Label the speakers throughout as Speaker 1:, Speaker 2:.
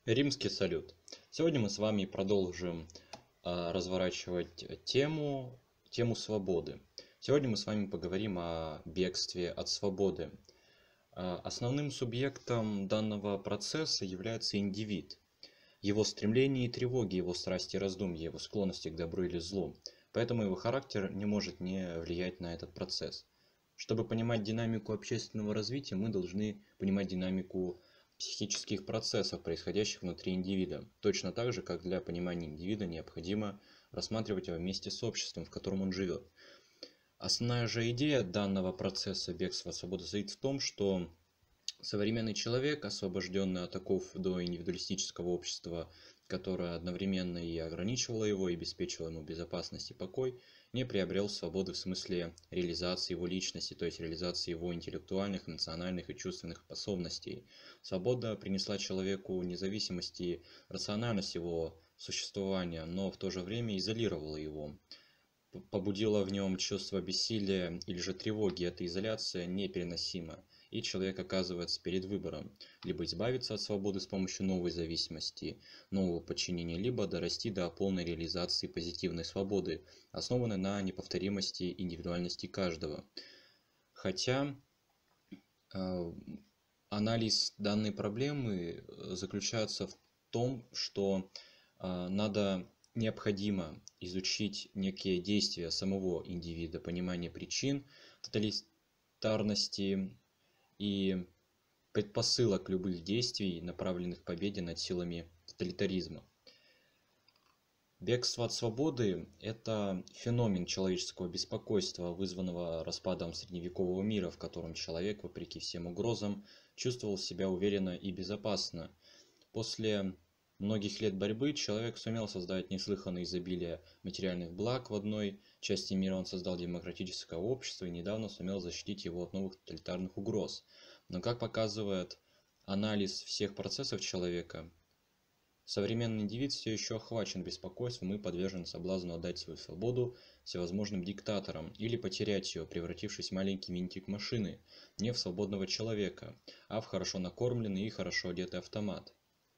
Speaker 1: Римский салют. Сегодня мы с вами продолжим разворачивать тему свободы. Сегодня мы с вами поговорим о бегстве от свободы. Основным субъектом данного процесса является индивид, его стремления и тревоги, его страсти и раздумья, его склонности к добру или злу. Поэтому его характер не может не влиять на этот процесс. Чтобы понимать динамику общественного развития, мы должны понимать динамику психических процессов, происходящих внутри индивида. Точно так же, как для понимания индивида необходимо рассматривать его вместе с обществом, в котором он живет. Основная же идея данного процесса бегства от свободы состоит в том, что современный человек, освобожденный от оков до индивидуалистического общества, которое одновременно и ограничивало его, и обеспечивало ему безопасность и покой, не приобрел свободы в смысле реализации его личности, то есть реализации его интеллектуальных, эмоциональных и чувственных способностей. Свобода принесла человеку независимость и рациональность его существования, но в то же время изолировала его. Побудила в нем чувство бессилия или же тревоги. Эта изоляция непереносима, и человек оказывается перед выбором: либо избавиться от свободы с помощью новой зависимости, нового подчинения, либо дорасти до полной реализации позитивной свободы, основанной на неповторимости и индивидуальности каждого. Хотя анализ данной проблемы заключается в том, что необходимо изучить некие действия самого индивида, понимание причин тоталитарности и предпосылок любых действий, направленных к победе над силами тоталитаризма. Бегство от свободы – это феномен человеческого беспокойства, вызванного распадом средневекового мира, в котором человек, вопреки всем угрозам, чувствовал себя уверенно и безопасно. После многих лет борьбы человек сумел создать неслыханное изобилие материальных благ. В одной части мира он создал демократическое общество и недавно сумел защитить его от новых тоталитарных угроз. Но, как показывает анализ всех процессов человека, современный индивид все еще охвачен беспокойством и подвержен соблазну отдать свою свободу всевозможным диктаторам или потерять ее, превратившись в маленький винтик машины, не в свободного человека, а в хорошо накормленный и хорошо одетый автомат.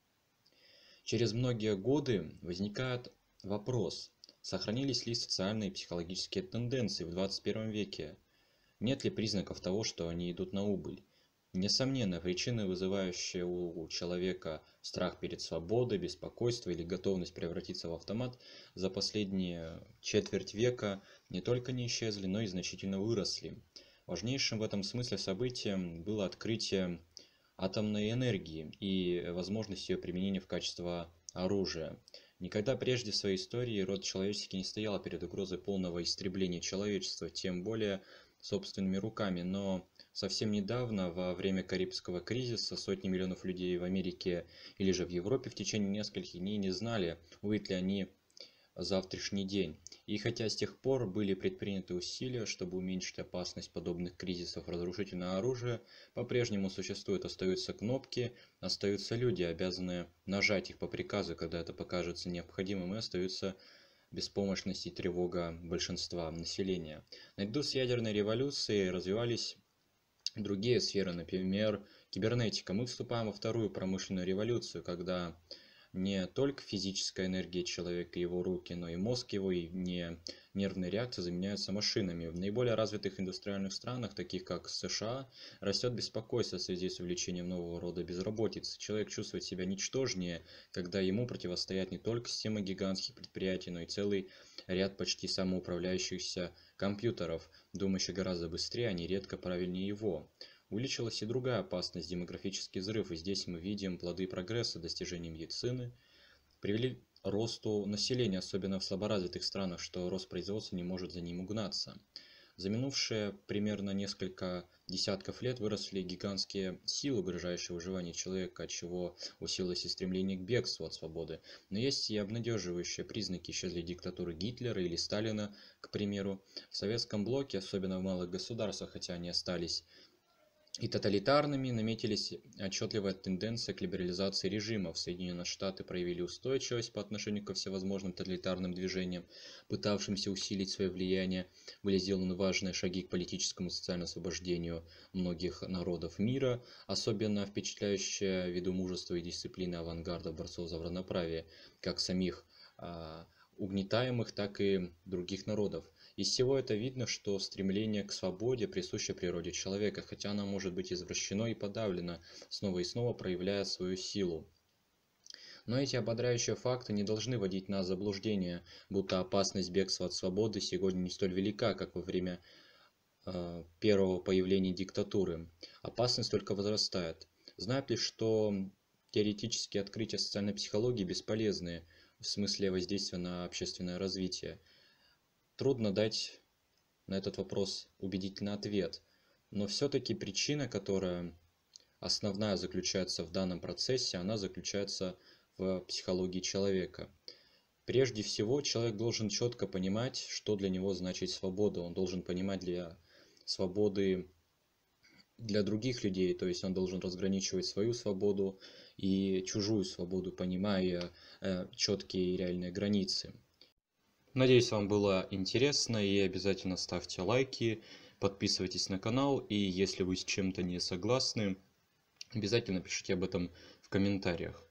Speaker 1: Через многие годы возникает вопрос: сохранились ли социальные и психологические тенденции в 21 веке? Нет ли признаков того, что они идут на убыль? Несомненно, причины, вызывающие у человека страх перед свободой, беспокойство или готовность превратиться в автомат, за последние четверть века не только не исчезли, но и значительно выросли. Важнейшим в этом смысле событием было открытие атомной энергии и возможность ее применения в качестве оружия. Никогда прежде в своей истории род человеческий не стоял перед угрозой полного истребления человечества, тем более собственными руками, но совсем недавно, во время Карибского кризиса, сотни миллионов людей в Америке или же в Европе в течение нескольких дней не знали, увидят ли они завтрашний день. И хотя с тех пор были предприняты усилия, чтобы уменьшить опасность подобных кризисов, разрушительное оружие по-прежнему существует. Остаются кнопки, остаются люди, обязанные нажать их по приказу, когда это покажется необходимым, и остаются беспомощность и тревога большинства населения. Наряду с ядерной революцией развивались другие сферы, например, кибернетика. Мы вступаем во вторую промышленную революцию, когда не только физическая энергия человека и его руки, но и мозг его, и нервные реакции заменяются машинами. В наиболее развитых индустриальных странах, таких как США, растет беспокойство в связи с увеличением нового рода безработицы. Человек чувствует себя ничтожнее, когда ему противостоят не только системы гигантских предприятий, но и целый ряд почти самоуправляющихся компьютеров, думающих гораздо быстрее, а нередко правильнее его. Увеличилась и другая опасность – демографический взрыв, и здесь мы видим плоды прогресса. Достижения медицины привели к росту населения, особенно в слаборазвитых странах, что рост производства не может за ним угнаться. За минувшие примерно несколько десятков лет выросли гигантские силы, угрожающие выживанию человека, от чего усилилось и стремление к бегству от свободы. Но есть и обнадеживающие признаки: исчезли диктатуры Гитлера или Сталина, к примеру. В советском блоке, особенно в малых государствах, хотя они остались и тоталитарными, наметились отчетливая тенденция к либерализации режимов. Соединенные Штаты проявили устойчивость по отношению ко всевозможным тоталитарным движениям, пытавшимся усилить свое влияние. Были сделаны важные шаги к политическому и социальному освобождению многих народов мира, особенно впечатляющая ввиду мужества и дисциплины авангарда борцов за равноправие, как самих угнетаемых, так и других народов. Из всего это видно, что стремление к свободе присуще природе человека, хотя оно может быть извращено и подавлено, снова и снова проявляя свою силу. Но эти ободряющие факты не должны вводить нас в заблуждение, будто опасность бегства от свободы сегодня не столь велика, как во время первого появления диктатуры. Опасность только возрастает. Знают ли, что теоретические открытия социальной психологии бесполезны в смысле воздействия на общественное развитие? Трудно дать на этот вопрос убедительный ответ, но все-таки причина, которая основная заключается в данном процессе, она заключается в психологии человека. Прежде всего, человек должен четко понимать, что для него значит свобода. Он должен понимать для свободы для других людей, то есть он должен разграничивать свою свободу и чужую свободу, понимая четкие и реальные границы. Надеюсь, вам было интересно, и обязательно ставьте лайки, подписывайтесь на канал, и если вы с чем-то не согласны, обязательно пишите об этом в комментариях.